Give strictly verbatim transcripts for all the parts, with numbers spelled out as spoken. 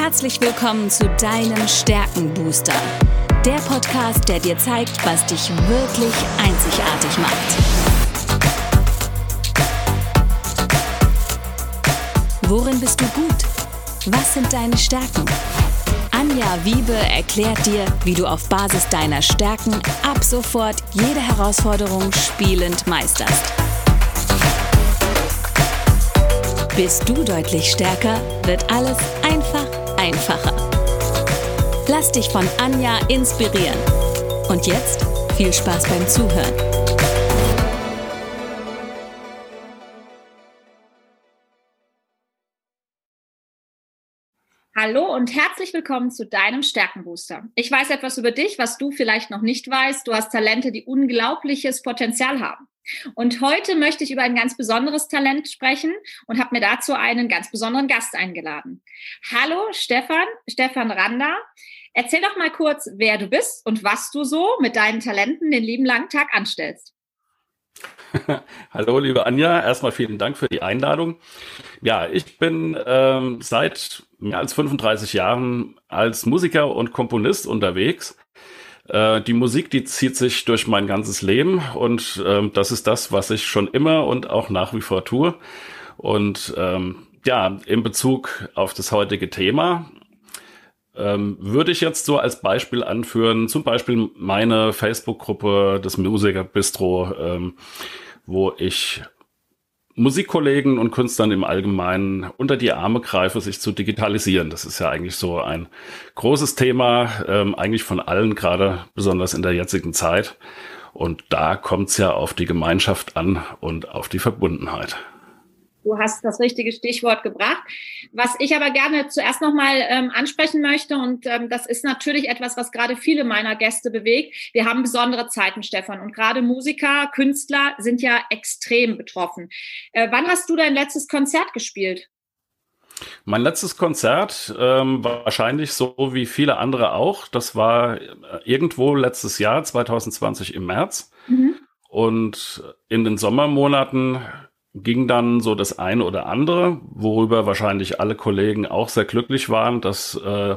Herzlich willkommen zu deinem Stärkenbooster. Der Podcast, der dir zeigt, was dich wirklich einzigartig macht. Worin bist du gut? Was sind deine Stärken? Anja Wiebe erklärt dir, wie du auf Basis deiner Stärken ab sofort jede Herausforderung spielend meisterst. Bist du deutlich stärker, wird alles einfach einfacher. Lass dich von Anja inspirieren. Und jetzt viel Spaß beim Zuhören. Hallo und herzlich willkommen zu deinem Stärkenbooster. Ich weiß etwas über dich, was du vielleicht noch nicht weißt. Du hast Talente, die unglaubliches Potenzial haben. Und heute möchte ich über ein ganz besonderes Talent sprechen und habe mir dazu einen ganz besonderen Gast eingeladen. Hallo Stefan, Stefan Rander. Erzähl doch mal kurz, wer du bist und was du so mit deinen Talenten den lieben langen Tag anstellst. Hallo, liebe Anja. Erstmal vielen Dank für die Einladung. Ja, ich bin ähm, seit mehr als fünfunddreißig Jahren als Musiker und Komponist unterwegs. Äh, die Musik, die zieht sich durch mein ganzes Leben und ähm, das ist das, was ich schon immer und auch nach wie vor tue. Und ähm, ja, in Bezug auf das heutige Thema ähm, würde ich jetzt so als Beispiel anführen, zum Beispiel meine Facebook-Gruppe des Musikerbistro, ähm, wo ich Musikkollegen und Künstlern im Allgemeinen unter die Arme greife, sich zu digitalisieren. Das ist ja eigentlich so ein großes Thema, ähm, eigentlich von allen, gerade besonders in der jetzigen Zeit. Und da kommt es ja auf die Gemeinschaft an und auf die Verbundenheit. Du hast das richtige Stichwort gebracht. Was ich aber gerne zuerst nochmal ähm, ansprechen möchte, und ähm, das ist natürlich etwas, was gerade viele meiner Gäste bewegt. Wir haben besondere Zeiten, Stefan, und gerade Musiker, Künstler sind ja extrem betroffen. Äh, wann hast du dein letztes Konzert gespielt? Mein letztes Konzert, ähm, wahrscheinlich so wie viele andere auch, das war irgendwo letztes Jahr, zwanzig zwanzig im März. Mhm. Und in den Sommermonaten ging dann so das eine oder andere, worüber wahrscheinlich alle Kollegen auch sehr glücklich waren, dass äh,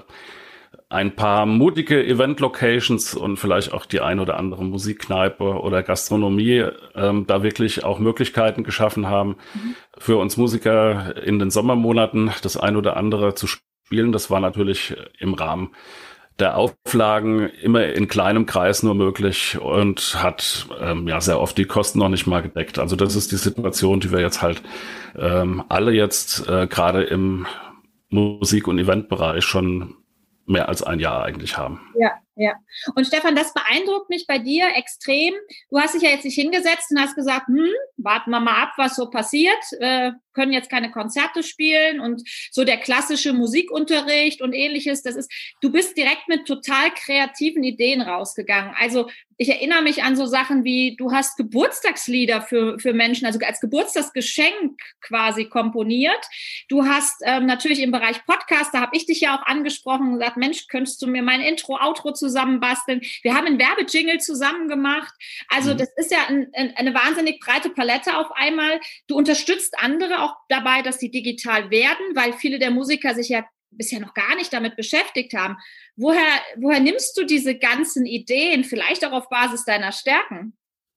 ein paar mutige Event-Locations und vielleicht auch die ein oder andere Musikkneipe oder Gastronomie ähm, da wirklich auch Möglichkeiten geschaffen haben, mhm. für uns Musiker in den Sommermonaten das ein oder andere zu spielen. Das war natürlich im Rahmen der Auflagen immer in kleinem Kreis nur möglich und hat ähm, ja sehr oft die Kosten noch nicht mal gedeckt. Also das ist die Situation, die wir jetzt halt ähm, alle jetzt äh, gerade im Musik- und Eventbereich schon mehr als ein Jahr eigentlich haben. Ja, ja. Und Stefan, das beeindruckt mich bei dir extrem. Du hast dich ja jetzt nicht hingesetzt und hast gesagt, hm, warten wir mal ab, was so passiert. Äh, können jetzt keine Konzerte spielen und so der klassische Musikunterricht und ähnliches. Das ist, du bist direkt mit total kreativen Ideen rausgegangen. Also ich erinnere mich an so Sachen wie, du hast Geburtstagslieder für, für Menschen, also als Geburtstagsgeschenk quasi komponiert. Du hast ähm, natürlich im Bereich Podcast, da habe ich dich ja auch angesprochen und gesagt, Mensch, könntest du mir mein Intro, Outro zusammenbasteln? Wir haben einen Werbejingle zusammen gemacht. Also das ist ja ein, ein, eine wahnsinnig breite Palette auf einmal. Du unterstützt andere auch dabei, dass sie digital werden, weil viele der Musiker sich ja bisher noch gar nicht damit beschäftigt haben. Woher, woher nimmst du diese ganzen Ideen, vielleicht auch auf Basis deiner Stärken?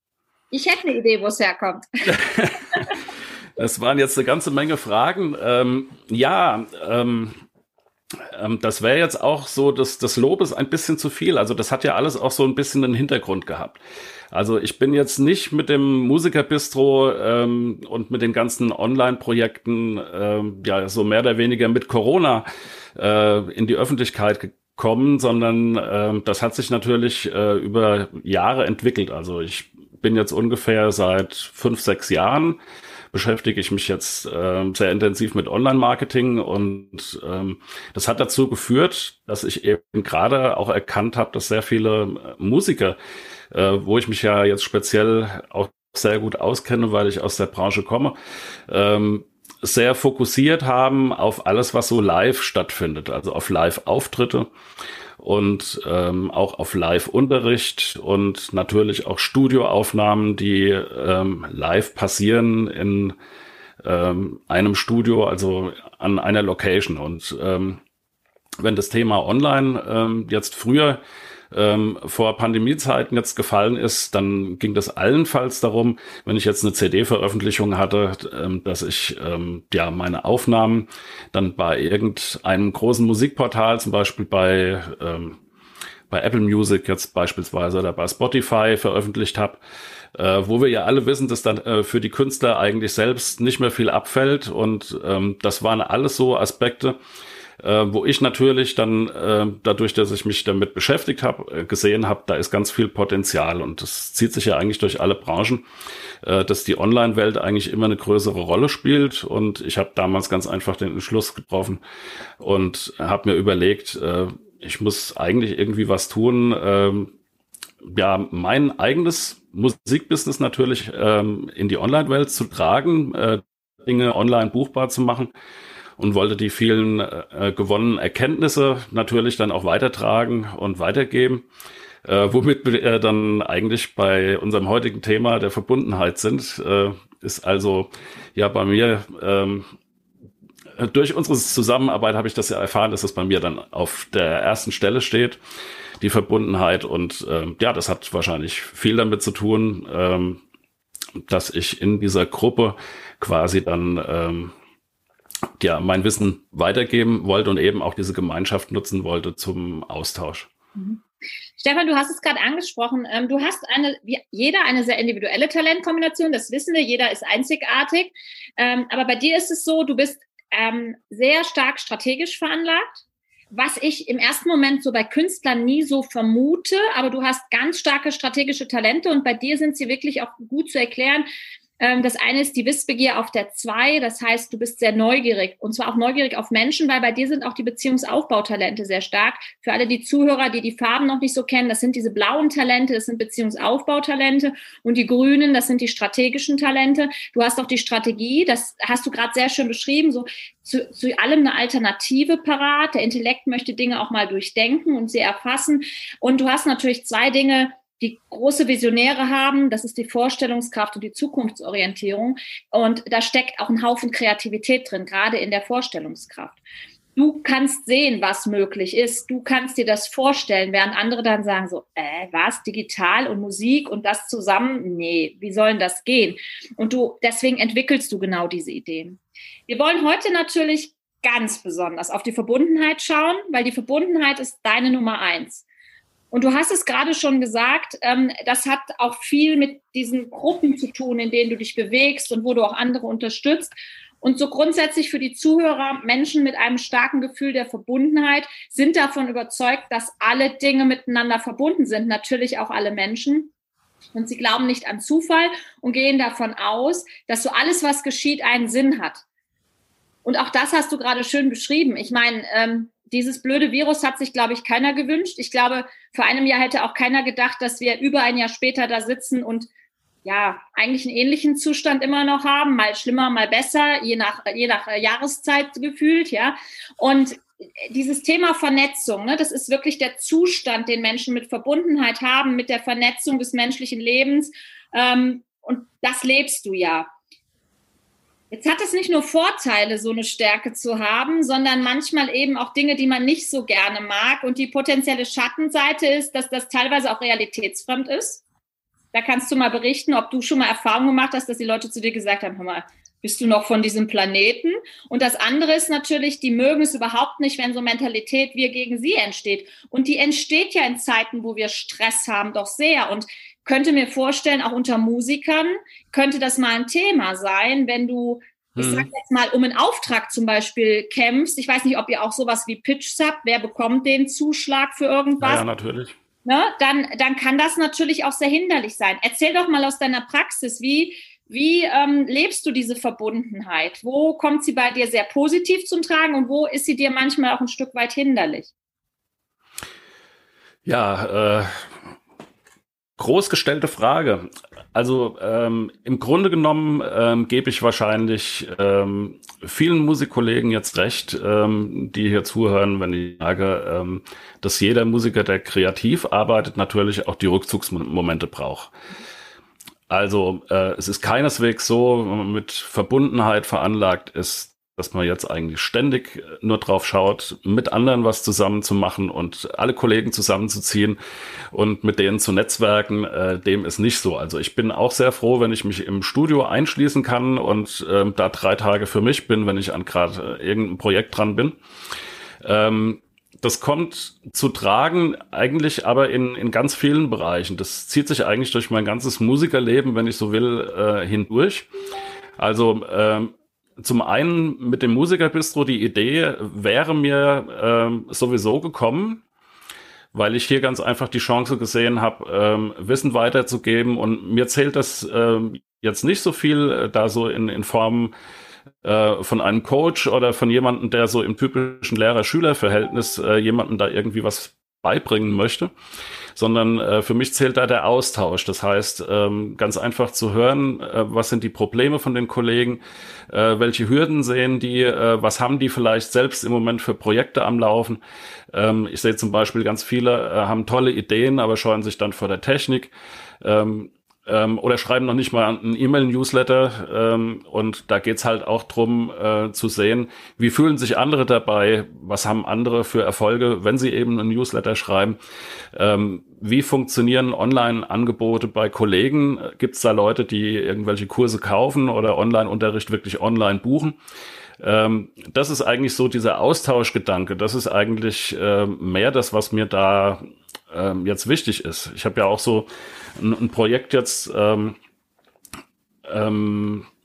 Ich hätte eine Idee, wo es herkommt. Das waren jetzt eine ganze Menge Fragen. Ähm, ja, ähm, ähm, das wäre jetzt auch so, dass das Lob ist ein bisschen zu viel. Also das hat ja alles auch so ein bisschen einen Hintergrund gehabt. Also ich bin jetzt nicht mit dem Musikerbistro ähm, und mit den ganzen Online-Projekten ähm, ja so mehr oder weniger mit Corona äh, in die Öffentlichkeit gekommen, sondern äh, das hat sich natürlich äh, über Jahre entwickelt. Also ich bin jetzt ungefähr seit fünf, sechs Jahren beschäftige ich mich jetzt äh, sehr intensiv mit Online-Marketing und ähm, das hat dazu geführt, dass ich eben gerade auch erkannt habe, dass sehr viele Musiker, äh, wo ich mich ja jetzt speziell auch sehr gut auskenne, weil ich aus der Branche komme, ähm, sehr fokussiert haben auf alles, was so live stattfindet, also auf Live-Auftritte und ähm, auch auf Live-Unterricht und natürlich auch Studioaufnahmen, die ähm, live passieren in ähm, einem Studio, also an einer Location. Und ähm, wenn das Thema Online ähm, jetzt früher ähm, vor Pandemiezeiten jetzt gefallen ist, dann ging das allenfalls darum, wenn ich jetzt eine C D-Veröffentlichung hatte, ähm, dass ich ähm, ja meine Aufnahmen dann bei irgendeinem großen Musikportal, zum Beispiel bei ähm, bei Apple Music jetzt beispielsweise oder bei Spotify veröffentlicht habe, äh, wo wir ja alle wissen, dass dann äh, für die Künstler eigentlich selbst nicht mehr viel abfällt, und ähm, das waren alles so Aspekte, Äh, wo ich natürlich dann, äh, dadurch, dass ich mich damit beschäftigt habe, äh, gesehen habe, da ist ganz viel Potenzial, und das zieht sich ja eigentlich durch alle Branchen, äh, dass die Online-Welt eigentlich immer eine größere Rolle spielt, und ich habe damals ganz einfach den Entschluss getroffen und habe mir überlegt, äh, ich muss eigentlich irgendwie was tun, äh, ja, mein eigenes Musikbusiness natürlich ähm, in die Online-Welt zu tragen, äh, Dinge online buchbar zu machen, und wollte die vielen äh, gewonnenen Erkenntnisse natürlich dann auch weitertragen und weitergeben, äh, womit wir äh, dann eigentlich bei unserem heutigen Thema der Verbundenheit sind. Äh, ist also ja bei mir, ähm, durch unsere Zusammenarbeit habe ich das ja erfahren, dass es bei mir dann auf der ersten Stelle steht, die Verbundenheit, und äh, ja, das hat wahrscheinlich viel damit zu tun, ähm, dass ich in dieser Gruppe quasi dann ähm, ja, mein Wissen weitergeben wollte und eben auch diese Gemeinschaft nutzen wollte zum Austausch. Mhm. Stefan, du hast es gerade angesprochen. Ähm, du hast eine, wie jeder eine sehr individuelle Talentkombination, das wissen wir, jeder ist einzigartig. Ähm, aber bei dir ist es so, du bist ähm, sehr stark strategisch veranlagt, was ich im ersten Moment so bei Künstlern nie so vermute, aber du hast ganz starke strategische Talente, und bei dir sind sie wirklich auch gut zu erklären. Das eine ist die Wissbegier auf der zwei, das heißt, du bist sehr neugierig, und zwar auch neugierig auf Menschen, weil bei dir sind auch die Beziehungsaufbautalente sehr stark. Für alle die Zuhörer, die die Farben noch nicht so kennen, das sind diese blauen Talente, das sind Beziehungsaufbautalente, und die grünen, das sind die strategischen Talente. Du hast auch die Strategie, das hast du gerade sehr schön beschrieben, so zu, zu allem eine Alternative parat. Der Intellekt möchte Dinge auch mal durchdenken und sie erfassen, und du hast natürlich zwei Dinge, die große Visionäre haben, das ist die Vorstellungskraft und die Zukunftsorientierung. Und da steckt auch ein Haufen Kreativität drin, gerade in der Vorstellungskraft. Du kannst sehen, was möglich ist. Du kannst dir das vorstellen, während andere dann sagen so, äh, was, digital und Musik und das zusammen? Nee, wie soll denn das gehen? Und du, deswegen entwickelst du genau diese Ideen. Wir wollen heute natürlich ganz besonders auf die Verbundenheit schauen, weil die Verbundenheit ist deine Nummer eins. Und du hast es gerade schon gesagt, ähm, das hat auch viel mit diesen Gruppen zu tun, in denen du dich bewegst und wo du auch andere unterstützt. Und so grundsätzlich für die Zuhörer, Menschen mit einem starken Gefühl der Verbundenheit sind davon überzeugt, dass alle Dinge miteinander verbunden sind, natürlich auch alle Menschen. Und sie glauben nicht an Zufall und gehen davon aus, dass so alles, was geschieht, einen Sinn hat. Und auch das hast du gerade schön beschrieben. Ich meine, ähm, dieses blöde Virus hat sich, glaube ich, keiner gewünscht. Ich glaube, vor einem Jahr hätte auch keiner gedacht, dass wir über ein Jahr später da sitzen und ja, eigentlich einen ähnlichen Zustand immer noch haben, mal schlimmer, mal besser, je nach, je nach Jahreszeit gefühlt, ja. Und dieses Thema Vernetzung, ne, das ist wirklich der Zustand, den Menschen mit Verbundenheit haben, mit der Vernetzung des menschlichen Lebens. Ähm, und das lebst du ja. Jetzt hat es nicht nur Vorteile, so eine Stärke zu haben, sondern manchmal eben auch Dinge, die man nicht so gerne mag. Und die potenzielle Schattenseite ist, dass das teilweise auch realitätsfremd ist. Da kannst du mal berichten, ob du schon mal Erfahrung gemacht hast, dass die Leute zu dir gesagt haben, hör mal, bist du noch von diesem Planeten? Und das andere ist natürlich, die mögen es überhaupt nicht, wenn so Mentalität wir gegen sie entsteht. Und die entsteht ja in Zeiten, wo wir Stress haben, doch sehr. Und könnte mir vorstellen, auch unter Musikern könnte das mal ein Thema sein, wenn du, hm. ich sag jetzt mal, um einen Auftrag zum Beispiel kämpfst. Ich weiß nicht, ob ihr auch sowas wie Pitch habt. Wer bekommt den Zuschlag für irgendwas? Ja, ja, natürlich. Ne? Dann, dann kann das natürlich auch sehr hinderlich sein. Erzähl doch mal aus deiner Praxis, wie, wie ähm, lebst du diese Verbundenheit? Wo kommt sie bei dir sehr positiv zum Tragen und wo ist sie dir manchmal auch ein Stück weit hinderlich? Ja, äh, groß gestellte Frage. Also ähm, im Grunde genommen ähm, gebe ich wahrscheinlich ähm, vielen Musikkollegen jetzt recht, ähm, die hier zuhören, wenn ich sage, ähm, dass jeder Musiker, der kreativ arbeitet, natürlich auch die Rückzugsmomente braucht. Also äh, es ist keineswegs so, wenn man mit Verbundenheit veranlagt ist, dass man jetzt eigentlich ständig nur drauf schaut, mit anderen was zusammen zu machen und alle Kollegen zusammenzuziehen und mit denen zu netzwerken, äh, dem ist nicht so. Also ich bin auch sehr froh, wenn ich mich im Studio einschließen kann und äh, da drei Tage für mich bin, wenn ich an gerade äh, irgendein Projekt dran bin. Ähm, das kommt zu tragen eigentlich aber in, in ganz vielen Bereichen. Das zieht sich eigentlich durch mein ganzes Musikerleben, wenn ich so will, äh, hindurch. Also ähm, zum einen mit dem Musikerbistro, die Idee wäre mir ähm, sowieso gekommen, weil ich hier ganz einfach die Chance gesehen habe, ähm, Wissen weiterzugeben. Und mir zählt das ähm, jetzt nicht so viel, äh, da so in, in Form äh, von einem Coach oder von jemandem, der so im typischen Lehrer-Schüler-Verhältnis äh, jemandem da irgendwie was beibringen möchte, sondern äh, für mich zählt da der Austausch. Das heißt, ähm, ganz einfach zu hören, äh, was sind die Probleme von den Kollegen, äh, welche Hürden sehen die, äh, was haben die vielleicht selbst im Moment für Projekte am Laufen. Ähm, ich sehe zum Beispiel, ganz viele äh, haben tolle Ideen, aber scheuen sich dann vor der Technik. Ähm, Ähm, oder schreiben noch nicht mal einen E-Mail-Newsletter, ähm, und da geht's halt auch drum äh, zu sehen, wie fühlen sich andere dabei, was haben andere für Erfolge, wenn sie eben einen Newsletter schreiben, ähm, wie funktionieren Online-Angebote bei Kollegen, gibt's da Leute, die irgendwelche Kurse kaufen oder Online-Unterricht wirklich online buchen. Ähm, das ist eigentlich so dieser Austauschgedanke, das ist eigentlich äh, mehr das, was mir da ähm, jetzt wichtig ist. Ich habe ja auch so ein, ein Projekt jetzt ähm, ähm,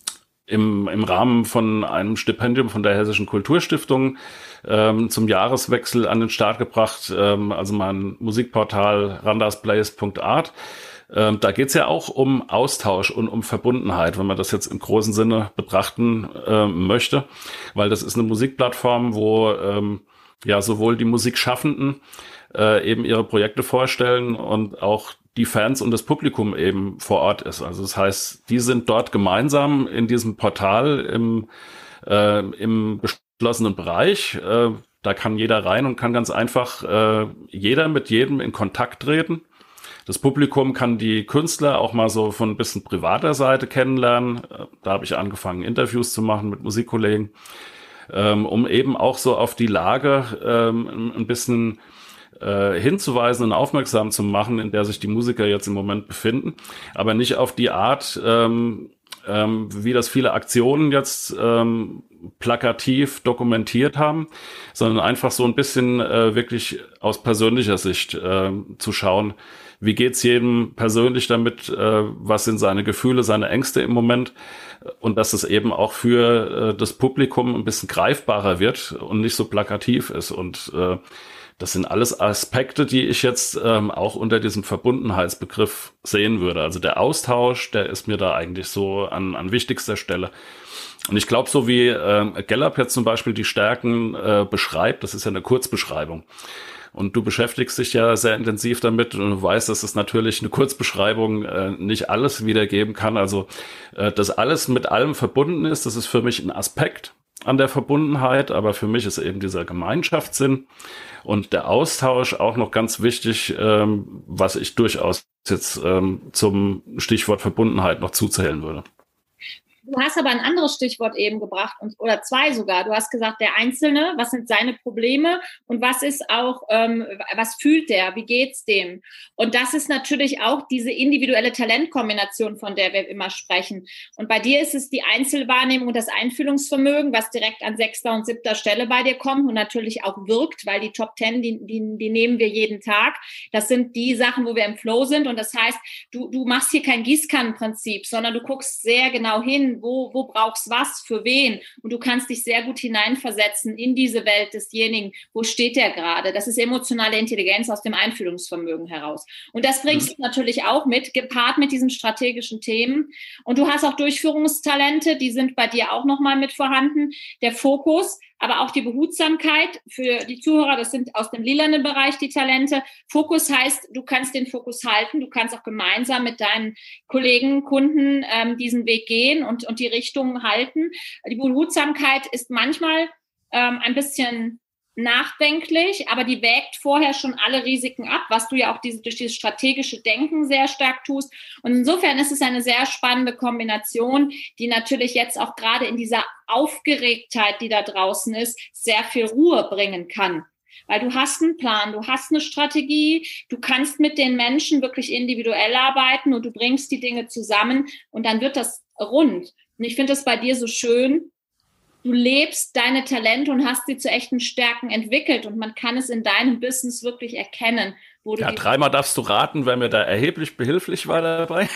im, im Rahmen von einem Stipendium von der Hessischen Kulturstiftung ähm, zum Jahreswechsel an den Start gebracht, ähm, also mein Musikportal randasplays punkt art. Ähm, da geht's ja auch um Austausch und um Verbundenheit, wenn man das jetzt im großen Sinne betrachten äh, möchte, weil das ist eine Musikplattform, wo ähm, ja sowohl die Musikschaffenden äh, eben ihre Projekte vorstellen und auch die Fans und das Publikum eben vor Ort ist. Also das heißt, die sind dort gemeinsam in diesem Portal im, äh, im geschlossenen Bereich. Äh, da kann jeder rein und kann ganz einfach äh, jeder mit jedem in Kontakt treten. Das Publikum kann die Künstler auch mal so von ein bisschen privater Seite kennenlernen. Da habe ich angefangen, Interviews zu machen mit Musikkollegen, ähm, um eben auch so auf die Lage ähm, ein bisschen äh, hinzuweisen und aufmerksam zu machen, in der sich die Musiker jetzt im Moment befinden. Aber nicht auf die Art, ähm, ähm, wie das viele Aktionen jetzt ähm, plakativ dokumentiert haben, sondern einfach so ein bisschen äh, wirklich aus persönlicher Sicht äh, zu schauen, wie geht's jedem persönlich damit, äh, was sind seine Gefühle, seine Ängste im Moment, und dass es eben auch für äh, das Publikum ein bisschen greifbarer wird und nicht so plakativ ist. Und äh, das sind alles Aspekte, die ich jetzt ähm, auch unter diesem Verbundenheitsbegriff sehen würde. Also der Austausch, der ist mir da eigentlich so an, an wichtigster Stelle. Und ich glaube, so wie äh, Gallup jetzt zum Beispiel die Stärken äh, beschreibt, das ist ja eine Kurzbeschreibung. Und du beschäftigst dich ja sehr intensiv damit und du weißt, dass es natürlich eine Kurzbeschreibung äh, nicht alles wiedergeben kann. Also, äh, dass alles mit allem verbunden ist, das ist für mich ein Aspekt an der Verbundenheit, aber für mich ist eben dieser Gemeinschaftssinn und der Austausch auch noch ganz wichtig, ähm, was ich durchaus jetzt ähm, zum Stichwort Verbundenheit noch zuzählen würde. Du hast aber ein anderes Stichwort eben gebracht, und, oder zwei sogar. Du hast gesagt, der Einzelne, was sind seine Probleme und was ist auch, ähm, was fühlt der, wie geht's dem? Und das ist natürlich auch diese individuelle Talentkombination, von der wir immer sprechen. Und bei dir ist es die Einzelwahrnehmung und das Einfühlungsvermögen, was direkt an sechster und siebter Stelle bei dir kommt und natürlich auch wirkt, weil die Top Ten, die, die, die nehmen wir jeden Tag. Das sind die Sachen, wo wir im Flow sind. Und das heißt, du, du machst hier kein Gießkannenprinzip, sondern du guckst sehr genau hin, Wo, wo brauchst was, für wen? Und du kannst dich sehr gut hineinversetzen in diese Welt desjenigen, wo steht der gerade? Das ist emotionale Intelligenz aus dem Einfühlungsvermögen heraus. Und das bringst du natürlich auch mit, gepaart mit diesen strategischen Themen. Und du hast auch Durchführungstalente, die sind bei dir auch nochmal mit vorhanden. Der Fokus, aber auch die Behutsamkeit für die Zuhörer, das sind aus dem lilanen Bereich die Talente. Fokus heißt, du kannst den Fokus halten, du kannst auch gemeinsam mit deinen Kollegen, Kunden ähm, diesen Weg gehen und, und die Richtung halten. Die Behutsamkeit ist manchmal ähm, ein bisschen nachdenklich, aber die wägt vorher schon alle Risiken ab, was du ja auch diese, durch dieses strategische Denken sehr stark tust. Und insofern ist es eine sehr spannende Kombination, die natürlich jetzt auch gerade in dieser Aufgeregtheit, die da draußen ist, sehr viel Ruhe bringen kann. Weil du hast einen Plan, du hast eine Strategie, du kannst mit den Menschen wirklich individuell arbeiten und du bringst die Dinge zusammen und dann wird das rund. Und ich finde das bei dir so schön. Du lebst deine Talente und hast sie zu echten Stärken entwickelt und man kann es in deinem Business wirklich erkennen. Wo du ja, dreimal darfst du raten, wer mir da erheblich behilflich war dabei.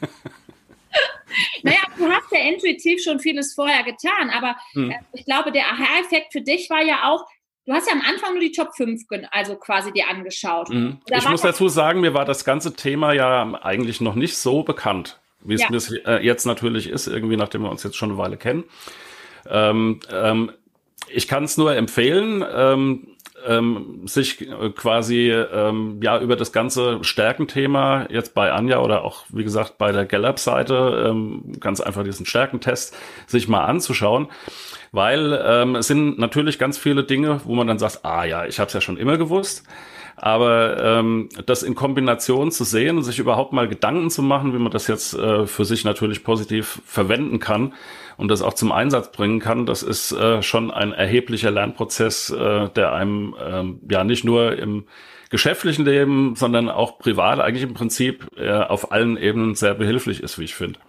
Naja, du hast ja intuitiv schon vieles vorher getan, aber hm. äh, ich glaube, der Aha-Effekt für dich war ja auch, du hast ja am Anfang nur die Top fünf, also quasi dir angeschaut. Mhm. Ich muss dazu sagen, mir war das ganze Thema ja eigentlich noch nicht so bekannt, wie es ja. mir jetzt natürlich ist, irgendwie nachdem wir uns jetzt schon eine Weile kennen. Ähm, ähm, ich kann es nur empfehlen, ähm, ähm, sich quasi ähm, ja über das ganze Stärkenthema jetzt bei Anja oder auch wie gesagt bei der Gallup-Seite ähm, ganz einfach diesen Stärkentest sich mal anzuschauen, weil ähm, es sind natürlich ganz viele Dinge, wo man dann sagt, ah ja, ich habe es ja schon immer gewusst. Aber ähm, das in Kombination zu sehen und sich überhaupt mal Gedanken zu machen, wie man das jetzt äh, für sich natürlich positiv verwenden kann und das auch zum Einsatz bringen kann, das ist äh, schon ein erheblicher Lernprozess, äh, der einem ähm, ja nicht nur im geschäftlichen Leben, sondern auch privat eigentlich im Prinzip äh, auf allen Ebenen sehr behilflich ist, wie ich finde.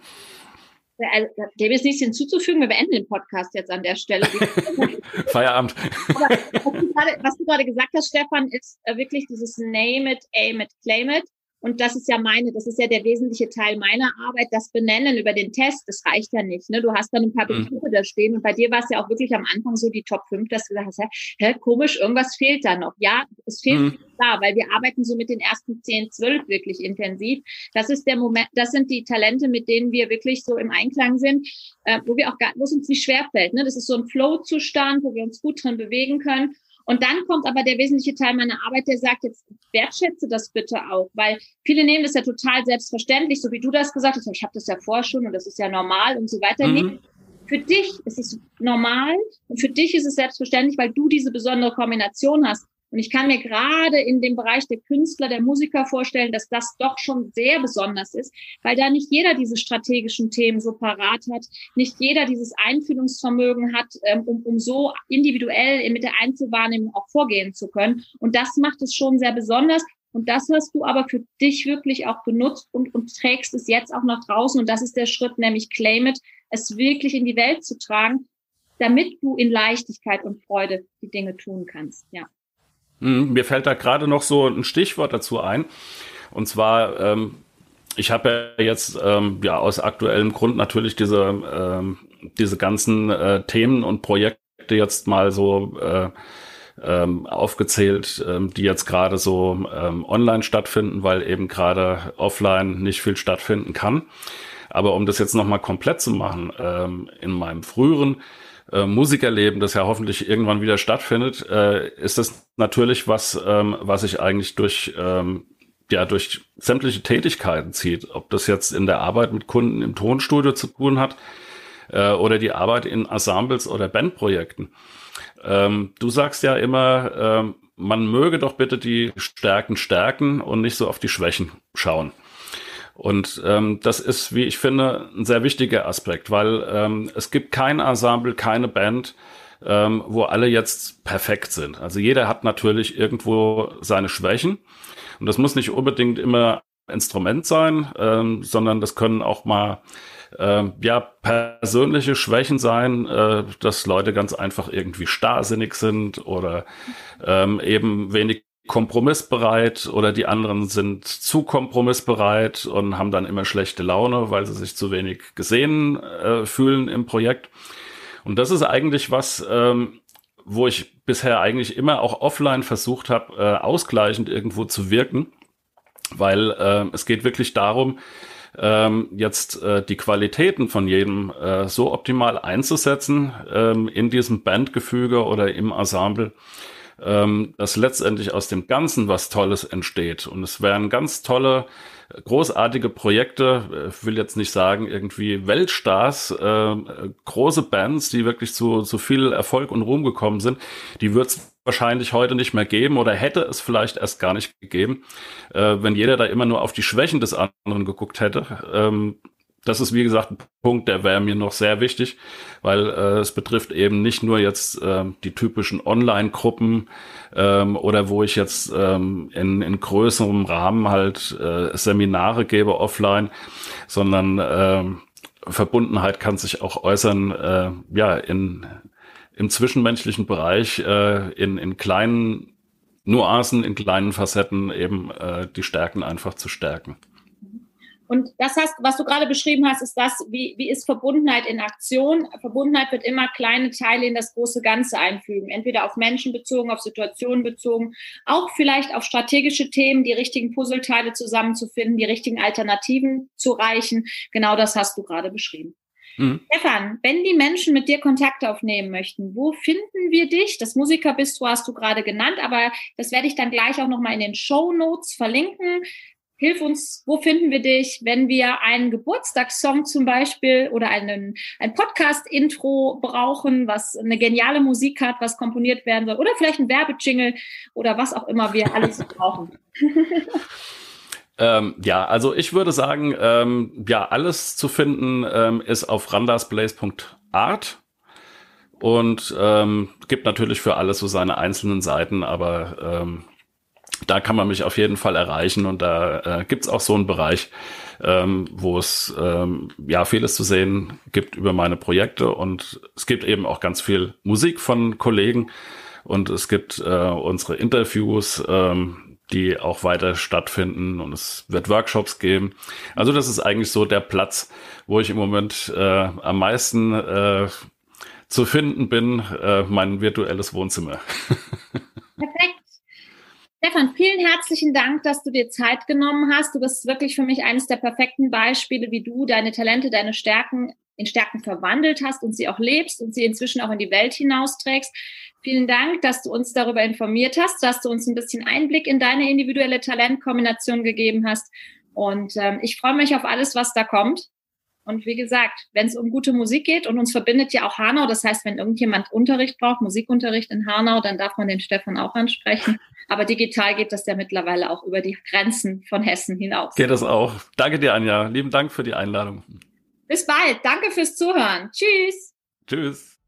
Dem ist nichts hinzuzufügen. Wir beenden den Podcast jetzt an der Stelle. Feierabend. Aber was du, gerade, was du gerade gesagt hast, Stefan, ist wirklich dieses Name it, aim it, claim it. Und das ist ja meine, das ist ja der wesentliche Teil meiner Arbeit, das Benennen über den Test, das reicht ja nicht. Ne? Du hast dann ein paar Begriffe mhm. da stehen und bei dir war es ja auch wirklich am Anfang so die Top fünf, dass du gesagt hast, hä, komisch, irgendwas fehlt da noch. Ja, es fehlt mhm. da, weil wir arbeiten so mit den ersten zehn, zwölf wirklich intensiv. Das ist der Moment, das sind die Talente, mit denen wir wirklich so im Einklang sind, äh, wo wir auch gar, wo es uns nicht schwerfällt. Ne? Das ist so ein Flow-Zustand, wo wir uns gut drin bewegen können. Und dann kommt aber der wesentliche Teil meiner Arbeit, der sagt, jetzt wertschätze das bitte auch, weil viele nehmen das ja total selbstverständlich, so wie du das gesagt hast, ich habe das ja vorher schon und das ist ja normal und so weiter. Mhm. Nee, für dich ist es normal und für dich ist es selbstverständlich, weil du diese besondere Kombination hast. Und ich kann mir gerade in dem Bereich der Künstler, der Musiker vorstellen, dass das doch schon sehr besonders ist, weil da nicht jeder diese strategischen Themen so parat hat, nicht jeder dieses Einfühlungsvermögen hat, um, um so individuell mit der Einzelwahrnehmung auch vorgehen zu können. Und das macht es schon sehr besonders. Und das hast du aber für dich wirklich auch benutzt und, und trägst es jetzt auch nach draußen. Und das ist der Schritt, nämlich claim it, es wirklich in die Welt zu tragen, damit du in Leichtigkeit und Freude die Dinge tun kannst. Ja. Mir fällt da gerade noch so ein Stichwort dazu ein. Und zwar, ähm, ich habe ja jetzt ähm, ja aus aktuellem Grund natürlich diese ähm, diese ganzen äh, Themen und Projekte jetzt mal so äh, ähm, aufgezählt, ähm, die jetzt gerade so ähm, online stattfinden, weil eben gerade offline nicht viel stattfinden kann. Aber um das jetzt nochmal komplett zu machen, ähm, in meinem früheren Äh, Musikerleben, das ja hoffentlich irgendwann wieder stattfindet, äh, ist das natürlich was, ähm, was sich eigentlich durch ähm, ja durch sämtliche Tätigkeiten zieht. Ob das jetzt in der Arbeit mit Kunden im Tonstudio zu tun hat äh, oder die Arbeit in Ensembles oder Bandprojekten. Ähm, du sagst ja immer, ähm, man möge doch bitte die Stärken stärken und nicht so auf die Schwächen schauen. Und ähm, das ist, wie ich finde, ein sehr wichtiger Aspekt, weil ähm, es gibt kein Ensemble, keine Band, ähm, wo alle jetzt perfekt sind. Also jeder hat natürlich irgendwo seine Schwächen. Und das muss nicht unbedingt immer Instrument sein, ähm, sondern das können auch mal ähm, ja persönliche Schwächen sein, äh, dass Leute ganz einfach irgendwie starrsinnig sind oder ähm, eben wenig kompromissbereit oder die anderen sind zu kompromissbereit und haben dann immer schlechte Laune, weil sie sich zu wenig gesehen äh, fühlen im Projekt. Und das ist eigentlich was, ähm, wo ich bisher eigentlich immer auch offline versucht habe, äh, ausgleichend irgendwo zu wirken, weil äh, es geht wirklich darum, ähm, jetzt äh, die Qualitäten von jedem äh, so optimal einzusetzen ähm, in diesem Bandgefüge oder im Ensemble, dass letztendlich aus dem Ganzen was Tolles entsteht. Und es wären ganz tolle, großartige Projekte, ich will jetzt nicht sagen irgendwie Weltstars, äh, große Bands, die wirklich zu, zu viel Erfolg und Ruhm gekommen sind, die wird es wahrscheinlich heute nicht mehr geben oder hätte es vielleicht erst gar nicht gegeben, äh, wenn jeder da immer nur auf die Schwächen des anderen geguckt hätte. Ähm, das ist, wie gesagt, ein Punkt, der wäre mir noch sehr wichtig, weil äh, es betrifft eben nicht nur jetzt äh, die typischen Online-Gruppen ähm, oder wo ich jetzt ähm, in, in größerem Rahmen halt äh, Seminare gebe offline, sondern äh, Verbundenheit kann sich auch äußern, äh, ja, in im zwischenmenschlichen Bereich, äh, in, in kleinen Nuancen, in kleinen Facetten eben äh, die Stärken einfach zu stärken. Und das hast, was du gerade beschrieben hast, ist das, wie, wie ist Verbundenheit in Aktion? Verbundenheit wird immer kleine Teile in das große Ganze einfügen, entweder auf Menschen bezogen, auf Situationen bezogen, auch vielleicht auf strategische Themen, die richtigen Puzzleteile zusammenzufinden, die richtigen Alternativen zu reichen. Genau das hast du gerade beschrieben. Mhm. Stefan, wenn die Menschen mit dir Kontakt aufnehmen möchten, wo finden wir dich? Das Musikerbistro hast du gerade genannt, aber das werde ich dann gleich auch nochmal in den Shownotes verlinken. Hilf uns, wo finden wir dich, wenn wir einen Geburtstagssong zum Beispiel oder einen, ein Podcast-Intro brauchen, was eine geniale Musik hat, was komponiert werden soll, oder vielleicht ein Werbejingle oder was auch immer wir alles brauchen. Ähm, ja, also ich würde sagen, ähm, ja, alles zu finden ähm, ist auf randasblaze punkt art und ähm, gibt natürlich für alles so seine einzelnen Seiten, aber ähm, da kann man mich auf jeden Fall erreichen und da äh, gibt's auch so einen Bereich, ähm, wo es ähm, ja vieles zu sehen gibt über meine Projekte und es gibt eben auch ganz viel Musik von Kollegen und es gibt äh, unsere Interviews, ähm, die auch weiter stattfinden und es wird Workshops geben. Also das ist eigentlich so der Platz, wo ich im Moment äh, am meisten äh, zu finden bin, äh, mein virtuelles Wohnzimmer. Perfekt. Stefan, vielen herzlichen Dank, dass du dir Zeit genommen hast. Du bist wirklich für mich eines der perfekten Beispiele, wie du deine Talente, deine Stärken in Stärken verwandelt hast und sie auch lebst und sie inzwischen auch in die Welt hinausträgst. Vielen Dank, dass du uns darüber informiert hast, dass du uns ein bisschen Einblick in deine individuelle Talentkombination gegeben hast. Und ähm, ich freue mich auf alles, was da kommt. Und wie gesagt, wenn es um gute Musik geht und uns verbindet ja auch Hanau, das heißt, wenn irgendjemand Unterricht braucht, Musikunterricht in Hanau, dann darf man den Stefan auch ansprechen. Aber digital geht das ja mittlerweile auch über die Grenzen von Hessen hinaus. Geht das auch. Danke dir, Anja. Lieben Dank für die Einladung. Bis bald. Danke fürs Zuhören. Tschüss. Tschüss.